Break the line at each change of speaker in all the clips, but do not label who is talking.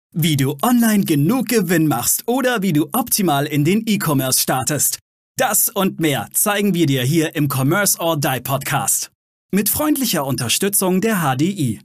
Wie du online genug Gewinn machst oder wie du optimal in den E-Commerce startest. Das und mehr zeigen wir dir hier im Commerce or Die Podcast. Mit freundlicher Unterstützung der HDI.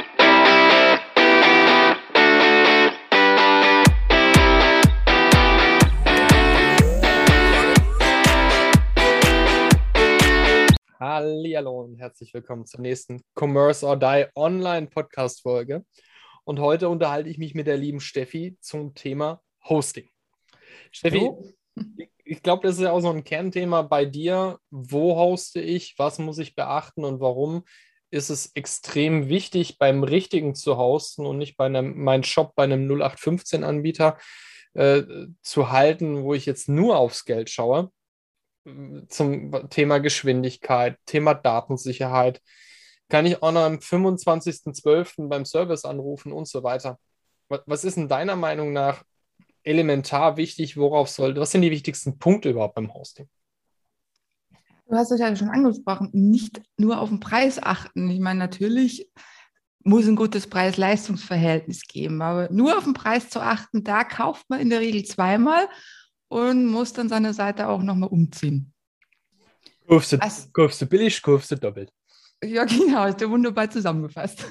Hallihallo und herzlich willkommen zur nächsten Commerce or Die Online-Podcast-Folge. Und heute unterhalte ich mich mit der lieben Steffi zum Thema Hosting. Steffi, ich glaube, das ist ja auch so ein Kernthema bei dir. Wo hoste ich? Was muss ich beachten? Und warum ist es extrem wichtig, beim Richtigen zu hosten und nicht meinen Shop bei einem 0815-Anbieter zu halten, wo ich jetzt nur aufs Geld schaue? Zum Thema Geschwindigkeit, Thema Datensicherheit. Kann ich auch noch am 25.12. beim Service anrufen und so weiter. Was ist in deiner Meinung nach elementar wichtig? Was sind die wichtigsten Punkte überhaupt beim Hosting?
Du hast es ja schon angesprochen, nicht nur auf den Preis achten. Ich meine, natürlich muss ein gutes Preis-Leistungs-Verhältnis geben, aber nur auf den Preis zu achten, da kauft man in der Regel zweimal und muss dann seine Seite auch nochmal umziehen.
Kaufst du billig, kaufst du doppelt.
Ja, genau, hast du wunderbar zusammengefasst.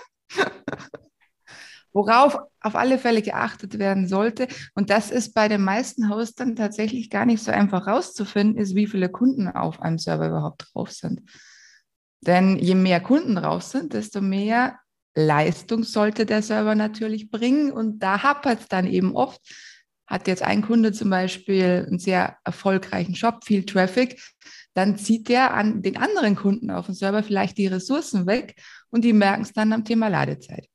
Worauf auf alle Fälle geachtet werden sollte, und das ist bei den meisten Hostern tatsächlich gar nicht so einfach rauszufinden, ist, wie viele Kunden auf einem Server überhaupt drauf sind. Denn je mehr Kunden drauf sind, desto mehr Leistung sollte der Server natürlich bringen. Und da hapert es dann eben oft. Hat jetzt ein Kunde zum Beispiel einen sehr erfolgreichen Shop, viel Traffic, dann zieht der an den anderen Kunden auf dem Server vielleicht die Ressourcen weg und die merken es dann am Thema Ladezeit.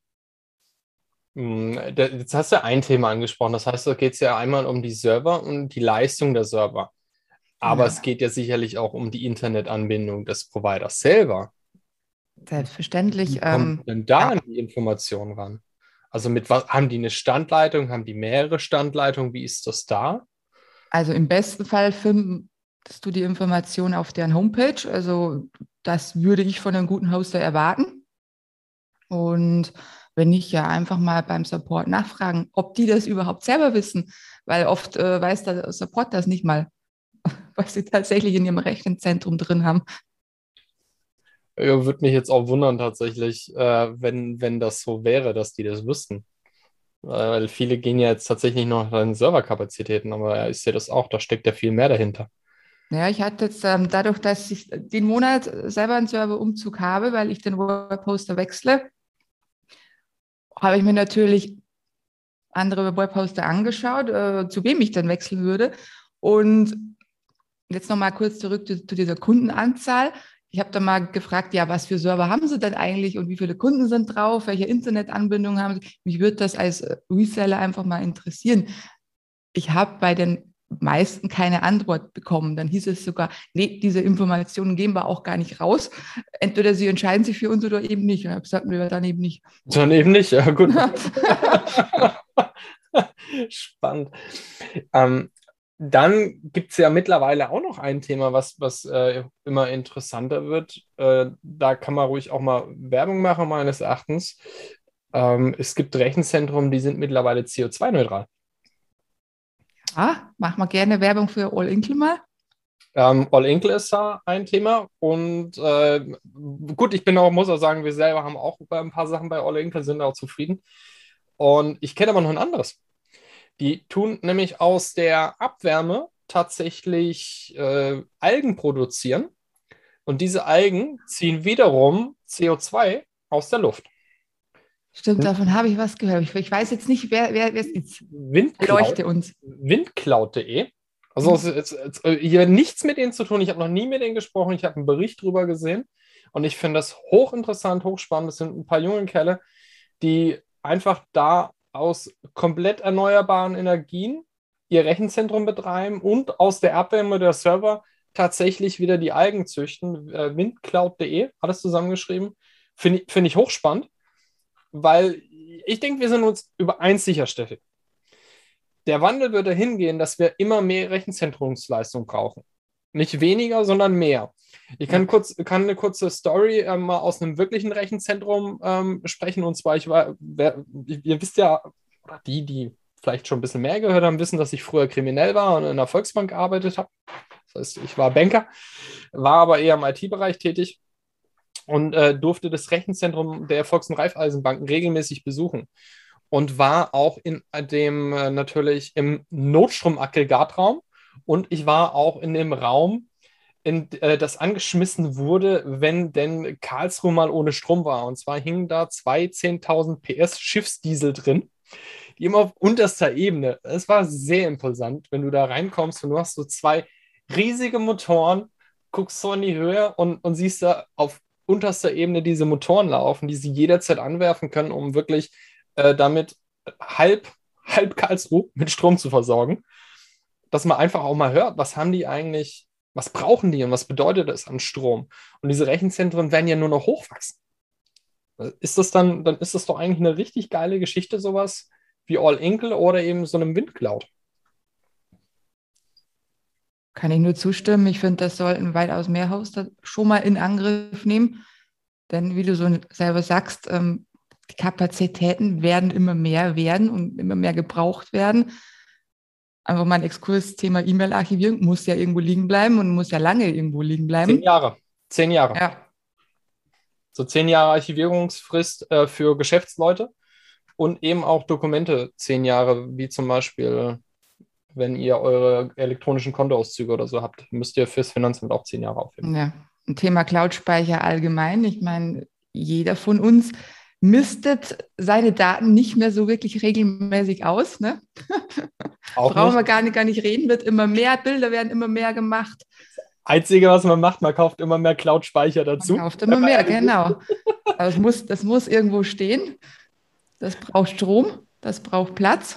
Jetzt hast du ein Thema angesprochen. Das heißt, da geht es ja einmal um die Server und die Leistung der Server. Aber es geht ja sicherlich auch um die Internetanbindung des Providers selber.
Selbstverständlich.
Wie kommt denn da an die Informationen ran? Also mit was haben die eine Standleitung? Haben die mehrere Standleitungen? Wie ist das da?
Also im besten Fall findest du die Information auf deren Homepage. Also das würde ich von einem guten Hoster erwarten. Und wenn nicht, ja einfach mal beim Support nachfragen, ob die das überhaupt selber wissen. Weil oft weiß der Support das nicht mal, was sie tatsächlich in ihrem Rechenzentrum drin haben.
Ja, würde mich jetzt auch wundern tatsächlich, wenn das so wäre, dass die das wüssten. Weil viele gehen ja jetzt tatsächlich noch an Serverkapazitäten, aber ja, ist ja das auch, da steckt ja viel mehr dahinter.
Ja, ich hatte jetzt dadurch, dass ich den Monat selber einen Serverumzug habe, weil ich den Webhoster wechsle, habe ich mir natürlich andere Webhoster angeschaut, zu wem ich dann wechseln würde. Und jetzt nochmal kurz zurück zu dieser Kundenanzahl. Ich habe dann mal gefragt, ja, was für Server haben Sie denn eigentlich und wie viele Kunden sind drauf? Welche Internetanbindung haben Sie? Mich würde das als Reseller einfach mal interessieren. Ich habe bei den meisten keine Antwort bekommen. Dann hieß es sogar, nee, diese Informationen geben wir auch gar nicht raus. Entweder Sie entscheiden sich für uns oder eben nicht. Und ich habe gesagt, wir dann eben nicht.
Dann eben nicht, ja gut. Spannend. Dann gibt es ja mittlerweile auch noch ein Thema, was immer interessanter wird. Da kann man ruhig auch mal Werbung machen, meines Erachtens. Es gibt Rechenzentren, die sind mittlerweile CO2-neutral.
Ja, machen wir gerne Werbung für All-Inkle mal.
All-Inkle ist da ein Thema. Und gut, muss auch sagen, wir selber haben auch ein paar Sachen bei All-Inkle, sind auch zufrieden. Und ich kenne aber noch ein anderes. Die tun nämlich aus der Abwärme tatsächlich Algen produzieren. Und diese Algen ziehen wiederum CO2 aus der Luft.
Stimmt, davon habe ich was gehört. Ich weiß jetzt nicht, wer es ist.
Leuchte
uns.
Windcloud.de. Also es ist hier nichts mit denen zu tun. Ich habe noch nie mit denen gesprochen. Ich habe einen Bericht drüber gesehen. Und ich finde das hochinteressant, hochspannend. Das sind ein paar junge Kerle, die einfach da aus komplett erneuerbaren Energien ihr Rechenzentrum betreiben und aus der Abwärme der Server tatsächlich wieder die Algen züchten. Windcloud.de, alles zusammengeschrieben. Finde ich hochspannend, weil ich denke, wir sind uns über eins sicher, Steffi. Der Wandel wird dahin gehen, dass wir immer mehr Rechenzentrumsleistung brauchen. Nicht weniger, sondern mehr. Ich kann eine kurze Story mal aus einem wirklichen Rechenzentrum sprechen. Und zwar, ihr wisst ja, oder die vielleicht schon ein bisschen mehr gehört haben, wissen, dass ich früher kriminell war und in der Volksbank gearbeitet habe. Das heißt, ich war Banker, war aber eher im IT-Bereich tätig und durfte das Rechenzentrum der Volks- und Raiffeisenbanken regelmäßig besuchen und war auch in dem natürlich im Notstromaggregatraum und ich war auch in dem Raum, in das angeschmissen wurde, wenn denn Karlsruhe mal ohne Strom war. Und zwar hingen da zwei 10.000 PS Schiffsdiesel drin, die immer auf unterster Ebene. Es war sehr imposant, wenn du da reinkommst und du hast so zwei riesige Motoren, guckst so in die Höhe und siehst da auf unterster Ebene diese Motoren laufen, die sie jederzeit anwerfen können, um wirklich damit halb Karlsruhe mit Strom zu versorgen. Dass man einfach auch mal hört, was haben die eigentlich, was brauchen die und was bedeutet das an Strom? Und diese Rechenzentren werden ja nur noch hochwachsen. Ist das dann ist das doch eigentlich eine richtig geile Geschichte, sowas wie All-Inkle oder eben so einem Windcloud.
Kann ich nur zustimmen. Ich finde, das sollten weitaus mehr Hoster schon mal in Angriff nehmen. Denn wie du so selber sagst, die Kapazitäten werden immer mehr werden und immer mehr gebraucht werden. Einfach mal ein Exkurs, Thema E-Mail-Archivierung muss ja irgendwo liegen bleiben und muss ja lange irgendwo liegen bleiben.
10 Jahre. 10 Jahre.
Ja.
So 10 Jahre Archivierungsfrist für Geschäftsleute und eben auch Dokumente 10 Jahre, wie zum Beispiel, wenn ihr eure elektronischen Kontoauszüge oder so habt, müsst ihr fürs Finanzamt auch 10 Jahre aufheben.
Ja, ein Thema Cloud-Speicher allgemein. Ich meine, jeder von uns mistet seine Daten nicht mehr so wirklich regelmäßig aus. Ne?
Auch
Brauchen wir
nicht.
gar nicht reden, wird immer mehr, Bilder werden immer mehr gemacht.
Einzige, was man macht, man kauft immer mehr Cloud-Speicher dazu.
Man kauft immer mehr, genau. Aber das muss irgendwo stehen. Das braucht Strom, das braucht Platz.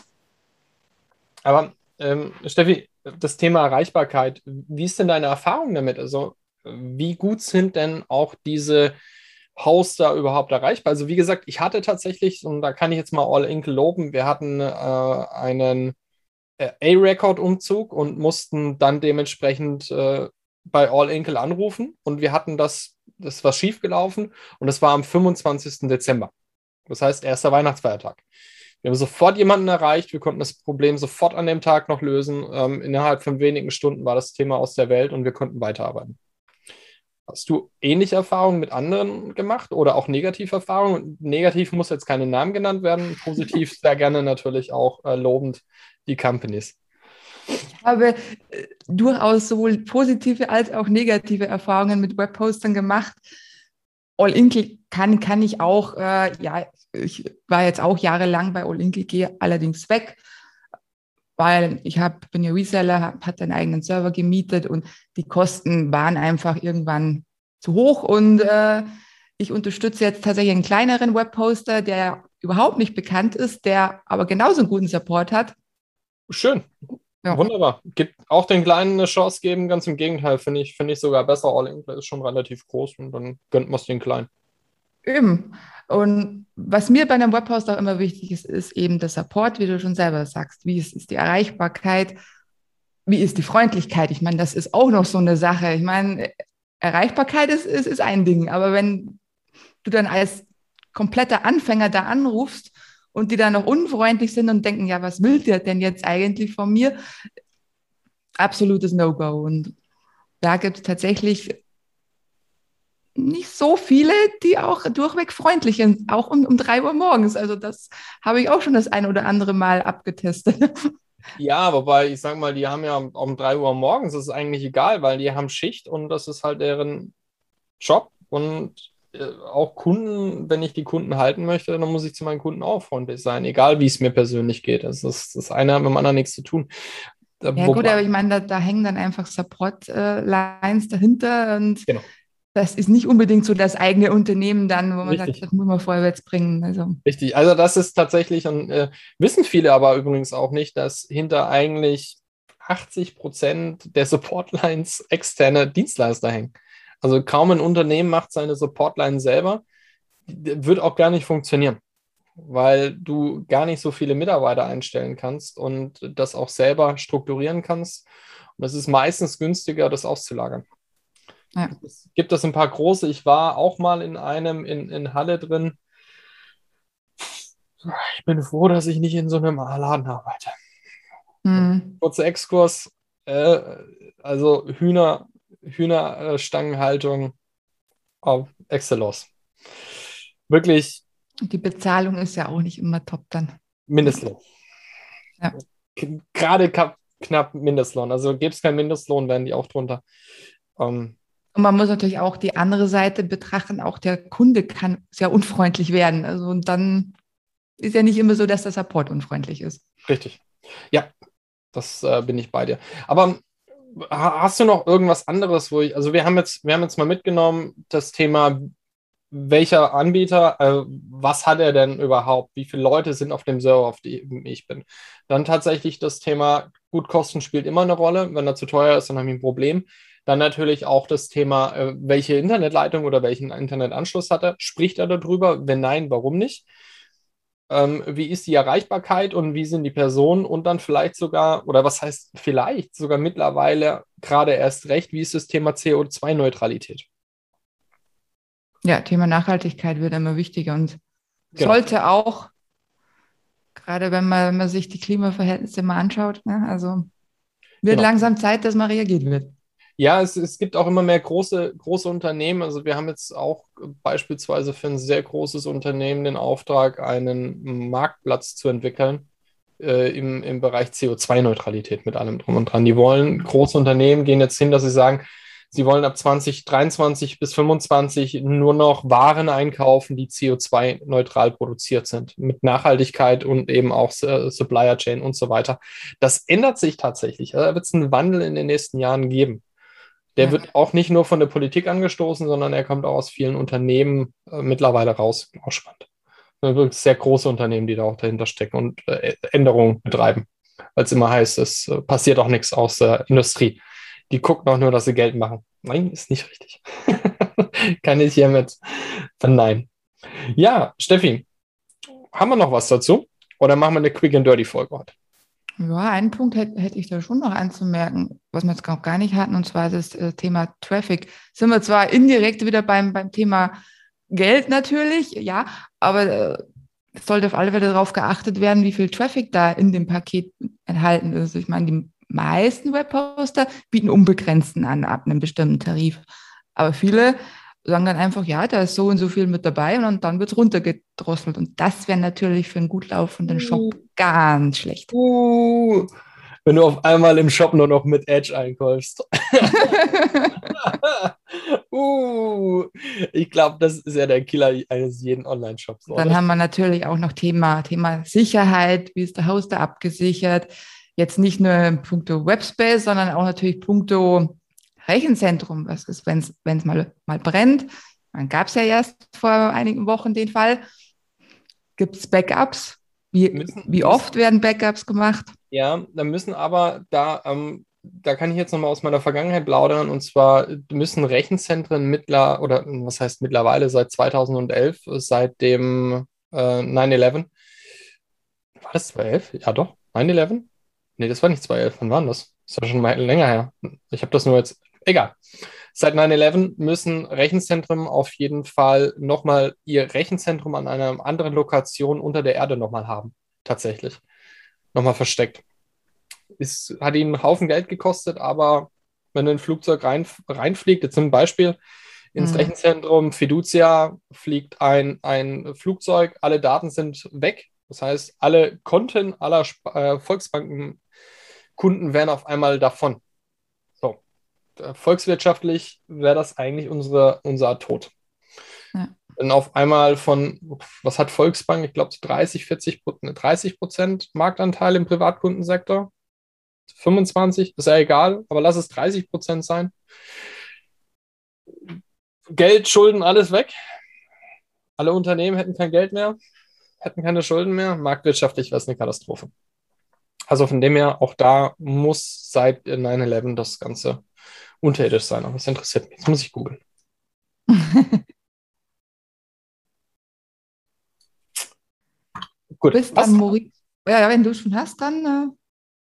Aber Steffi, das Thema Erreichbarkeit, wie ist denn deine Erfahrung damit? Also wie gut sind denn auch diese Hoster überhaupt erreichbar? Also wie gesagt, ich hatte tatsächlich, und da kann ich jetzt mal All-Inkle loben, wir hatten einen A-Record-Umzug und mussten dann dementsprechend bei All-Inkle anrufen und wir hatten das war schiefgelaufen und das war am 25. Dezember. Das heißt, erster Weihnachtsfeiertag. Wir haben sofort jemanden erreicht, wir konnten das Problem sofort an dem Tag noch lösen. Innerhalb von wenigen Stunden war das Thema aus der Welt und wir konnten weiterarbeiten. Hast du ähnliche Erfahrungen mit anderen gemacht oder auch Negativerfahrungen? Negativ muss jetzt keine Namen genannt werden, positiv sehr gerne natürlich auch lobend die Companies.
Ich habe durchaus sowohl positive als auch negative Erfahrungen mit Webhostern gemacht. All-Inkle kann ich auch, ich war jetzt auch jahrelang bei All-Inkle, gehe allerdings weg, weil bin ja Reseller, hatte einen eigenen Server gemietet und die Kosten waren einfach irgendwann zu hoch und ich unterstütze jetzt tatsächlich einen kleineren Webhoster, der überhaupt nicht bekannt ist, der aber genauso einen guten Support hat.
Schön.
Ja.
Wunderbar. Gibt auch den Kleinen eine Chance geben, ganz im Gegenteil, finde ich sogar besser. All-Inkle ist schon relativ groß und dann gönnt man es den Kleinen.
Eben. Und was mir bei einem Webhost auch immer wichtig ist, ist eben der Support, wie du schon selber sagst. Wie ist die Erreichbarkeit? Wie ist die Freundlichkeit? Ich meine, das ist auch noch so eine Sache. Ich meine, Erreichbarkeit ist ein Ding, aber wenn du dann als kompletter Anfänger da anrufst und die dann noch unfreundlich sind und denken, ja, was will der denn jetzt eigentlich von mir? Absolutes No-Go. Und da gibt es tatsächlich nicht so viele, die auch durchweg freundlich sind, auch um 3 Uhr morgens. Also das habe ich auch schon das ein oder andere Mal abgetestet.
Ja, wobei ich sage mal, die haben ja um 3 Uhr morgens, das ist eigentlich egal, weil die haben Schicht und das ist halt deren Job und auch Kunden, wenn ich die Kunden halten möchte, dann muss ich zu meinen Kunden auch freundlich sein, egal wie es mir persönlich geht. Das eine hat mit dem anderen nichts zu tun.
Ja gut, aber ich meine, da hängen dann einfach Support-Lines dahinter und
genau.
Das ist nicht unbedingt so das eigene Unternehmen dann, wo man
Richtig.
sagt, das muss man vorwärts bringen. Also.
Richtig, also das ist tatsächlich, und wissen viele aber übrigens auch nicht, dass hinter eigentlich 80% der Supportlines externe Dienstleister hängen. Also kaum ein Unternehmen macht seine Supportline selber, wird auch gar nicht funktionieren, weil du gar nicht so viele Mitarbeiter einstellen kannst und das auch selber strukturieren kannst. Und es ist meistens günstiger, das auszulagern.
Ja.
Es gibt das ein paar große. Ich war auch mal in einem in Halle drin. Ich bin froh, dass ich nicht in so einem Laden arbeite. Kurzer Exkurs, also Hühnerstangenhaltung auf Excelos. Wirklich
Die Bezahlung ist ja auch nicht immer top dann.
Mindestlohn.
Ja.
Gerade knapp Mindestlohn. Also gäbe es keinen Mindestlohn, wären die auch drunter.
Und man muss natürlich auch die andere Seite betrachten. Auch der Kunde kann sehr unfreundlich werden. Also und dann ist ja nicht immer so, dass der Support unfreundlich ist.
Richtig. Ja, das bin ich bei dir. Aber hast du noch irgendwas anderes, also wir haben jetzt mal mitgenommen, das Thema, welcher Anbieter, was hat er denn überhaupt, wie viele Leute sind auf dem Server, auf dem ich bin. Dann tatsächlich das Thema, gut, Kosten spielt immer eine Rolle. Wenn er zu teuer ist, dann haben wir ein Problem. Dann natürlich auch das Thema, welche Internetleitung oder welchen Internetanschluss hat er. Spricht er darüber? Wenn nein, warum nicht? Wie ist die Erreichbarkeit und wie sind die Personen und dann vielleicht sogar, oder was heißt vielleicht sogar mittlerweile gerade erst recht, wie ist das Thema CO2-Neutralität?
Ja, Thema Nachhaltigkeit wird immer wichtiger und sollte auch, gerade wenn man sich die Klimaverhältnisse mal anschaut, ne, also wird langsam Zeit, dass mal reagiert wird.
Ja, es gibt auch immer mehr große Unternehmen. Also wir haben jetzt auch beispielsweise für ein sehr großes Unternehmen den Auftrag, einen Marktplatz zu entwickeln im Bereich CO2-Neutralität mit allem drum und dran. Die wollen, große Unternehmen gehen jetzt hin, dass sie sagen, sie wollen ab 2023 bis 2025 nur noch Waren einkaufen, die CO2-neutral produziert sind, mit Nachhaltigkeit und eben auch Supplier Chain und so weiter. Das ändert sich tatsächlich. Also da wird es einen Wandel in den nächsten Jahren geben. Der wird auch nicht nur von der Politik angestoßen, sondern er kommt auch aus vielen Unternehmen mittlerweile raus. Auch spannend. Wirklich sehr große Unternehmen, die da auch dahinter stecken und Änderungen betreiben. Weil es immer heißt, es passiert auch nichts aus der Industrie. Die gucken auch nur, dass sie Geld machen. Nein, ist nicht richtig. Kann ich hiermit verneinen. Ja, Steffi, haben wir noch was dazu? Oder machen wir eine Quick and Dirty Folge heute?
Ja, einen Punkt hätte ich da schon noch anzumerken, was wir jetzt noch gar nicht hatten, und zwar das Thema Traffic. Sind wir zwar indirekt wieder beim Thema Geld natürlich, ja, aber es sollte auf alle Fälle darauf geachtet werden, wie viel Traffic da in dem Paket enthalten ist. Also ich meine, die meisten Webhoster bieten unbegrenzten an, ab einem bestimmten Tarif. Aber viele sagen dann einfach, ja, da ist so und so viel mit dabei und dann wird es runtergedrosselt. Und das wäre natürlich für einen gut laufenden Shop ganz schlecht.
Wenn du auf einmal im Shop nur noch mit Edge einkaufst. Ich glaube, das ist ja der Killer eines jeden Online-Shops.
Dann haben wir natürlich auch noch Thema Sicherheit, wie ist der Hoster abgesichert. Jetzt nicht nur in puncto Webspace, sondern auch natürlich puncto Rechenzentrum. Was ist, wenn es mal brennt? Dann gab es ja erst vor einigen Wochen den Fall. Gibt es Backups? Wie oft werden Backups gemacht?
Ja, da müssen aber, da kann ich jetzt nochmal aus meiner Vergangenheit plaudern, und zwar müssen Rechenzentren was heißt mittlerweile, seit 2011, seit dem 9/11. War das 2011? Ja doch, 9/11? Nee, das war nicht 2011, wann war das? Das ist ja schon mal länger her. Ich habe das nur jetzt, egal. Seit 9/11 müssen Rechenzentren auf jeden Fall nochmal ihr Rechenzentrum an einer anderen Lokation unter der Erde nochmal haben. Tatsächlich. Nochmal versteckt. Hat ihnen einen Haufen Geld gekostet, aber wenn ein Flugzeug reinfliegt, jetzt zum Beispiel ins Rechenzentrum Fiducia fliegt ein Flugzeug, alle Daten sind weg. Das heißt, alle Konten aller Volksbankenkunden wären auf einmal davon. So. Volkswirtschaftlich wäre das eigentlich unser Tod. Ja. Wenn auf einmal was hat Volksbank? Ich glaube, 30% Marktanteil im Privatkundensektor. 25, ist ja egal, aber lass es 30% sein. Geld, Schulden, alles weg. Alle Unternehmen hätten kein Geld mehr, hätten keine Schulden mehr. Marktwirtschaftlich wäre es eine Katastrophe. Also von dem her, auch da muss seit 9/11 das Ganze unterirdisch sein. Aber das interessiert mich. Jetzt muss ich googeln. Gut.
Bis dann, Moritz. Ja, wenn du schon hast, dann.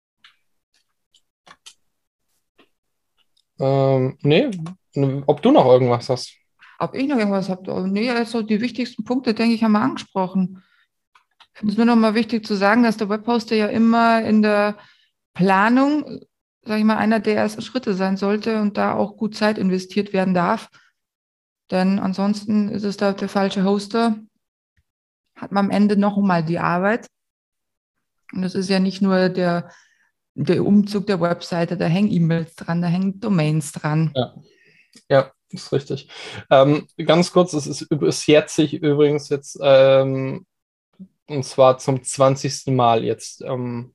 Nee, ob du noch irgendwas hast.
Ob ich noch irgendwas habe? Nee, also die wichtigsten Punkte, denke ich, haben wir angesprochen. Ich finde es nur noch mal wichtig zu sagen, dass der Webhoster ja immer in der Planung, sage ich mal, einer der ersten Schritte sein sollte und da auch gut Zeit investiert werden darf. Denn ansonsten ist es da der falsche Hoster, hat man am Ende noch mal die Arbeit. Und das ist ja nicht nur der Umzug der Webseite, da hängen E-Mails dran, da hängen Domains dran.
Ja, ist richtig. Ganz kurz, es jährt sich übrigens jetzt, und zwar zum 20. Mal jetzt am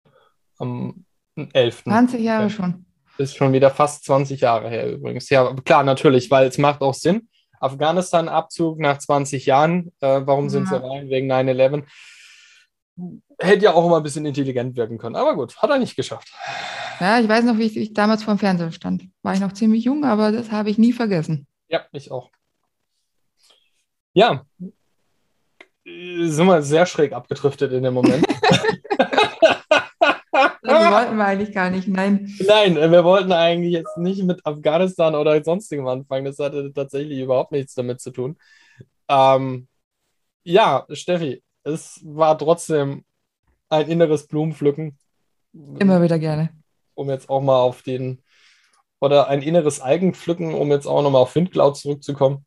11.
20 Jahre schon.
Ist schon wieder fast 20 Jahre her übrigens. Ja, klar, natürlich, weil es macht auch Sinn. Afghanistan-Abzug nach 20 Jahren. Warum sind sie rein? Wegen 9/11. Hätte ja auch immer ein bisschen intelligent wirken können. Aber gut, hat er nicht geschafft.
Ja, ich weiß noch, wie ich damals vor dem Fernseher stand. War ich noch ziemlich jung, aber das habe ich nie vergessen.
Ja, ich auch. Ja, sind wir sehr schräg abgedriftet in dem Moment.
Das wollten wir eigentlich gar nicht, nein.
Nein, wir wollten eigentlich jetzt nicht mit Afghanistan oder sonstigem anfangen. Das hatte tatsächlich überhaupt nichts damit zu tun. Ja, Steffi, es war trotzdem ein inneres Blumenpflücken.
Immer wieder gerne.
Um jetzt auch mal oder ein inneres Algenpflücken, um jetzt auch nochmal auf Windcloud zurückzukommen.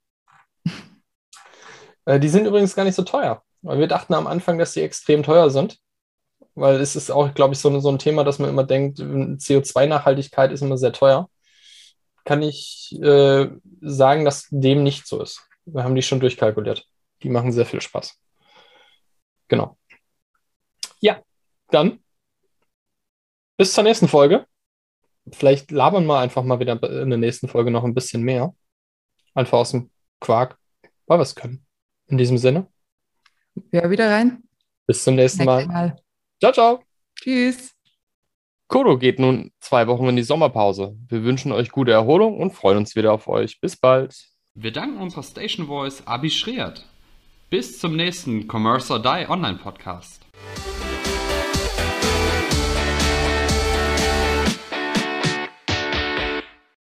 Die sind übrigens gar nicht so teuer. Weil wir dachten am Anfang, dass die extrem teuer sind. Weil es ist auch, glaube ich, so ein Thema, dass man immer denkt, CO2-Nachhaltigkeit ist immer sehr teuer. Kann ich sagen, dass dem nicht so ist. Wir haben die schon durchkalkuliert. Die machen sehr viel Spaß. Genau. Ja, dann bis zur nächsten Folge. Vielleicht labern wir einfach mal wieder in der nächsten Folge noch ein bisschen mehr. Einfach aus dem Quark, weil wir es können. In diesem Sinne.
Ja, wieder rein.
Bis zum nächsten Mal. Ciao, ciao.
Tschüss.
Kodo geht nun 2 Wochen in die Sommerpause. Wir wünschen euch gute Erholung und freuen uns wieder auf euch. Bis bald.
Wir danken unserer Station Voice Abi Schreert. Bis zum nächsten Commerce or Die Online Podcast.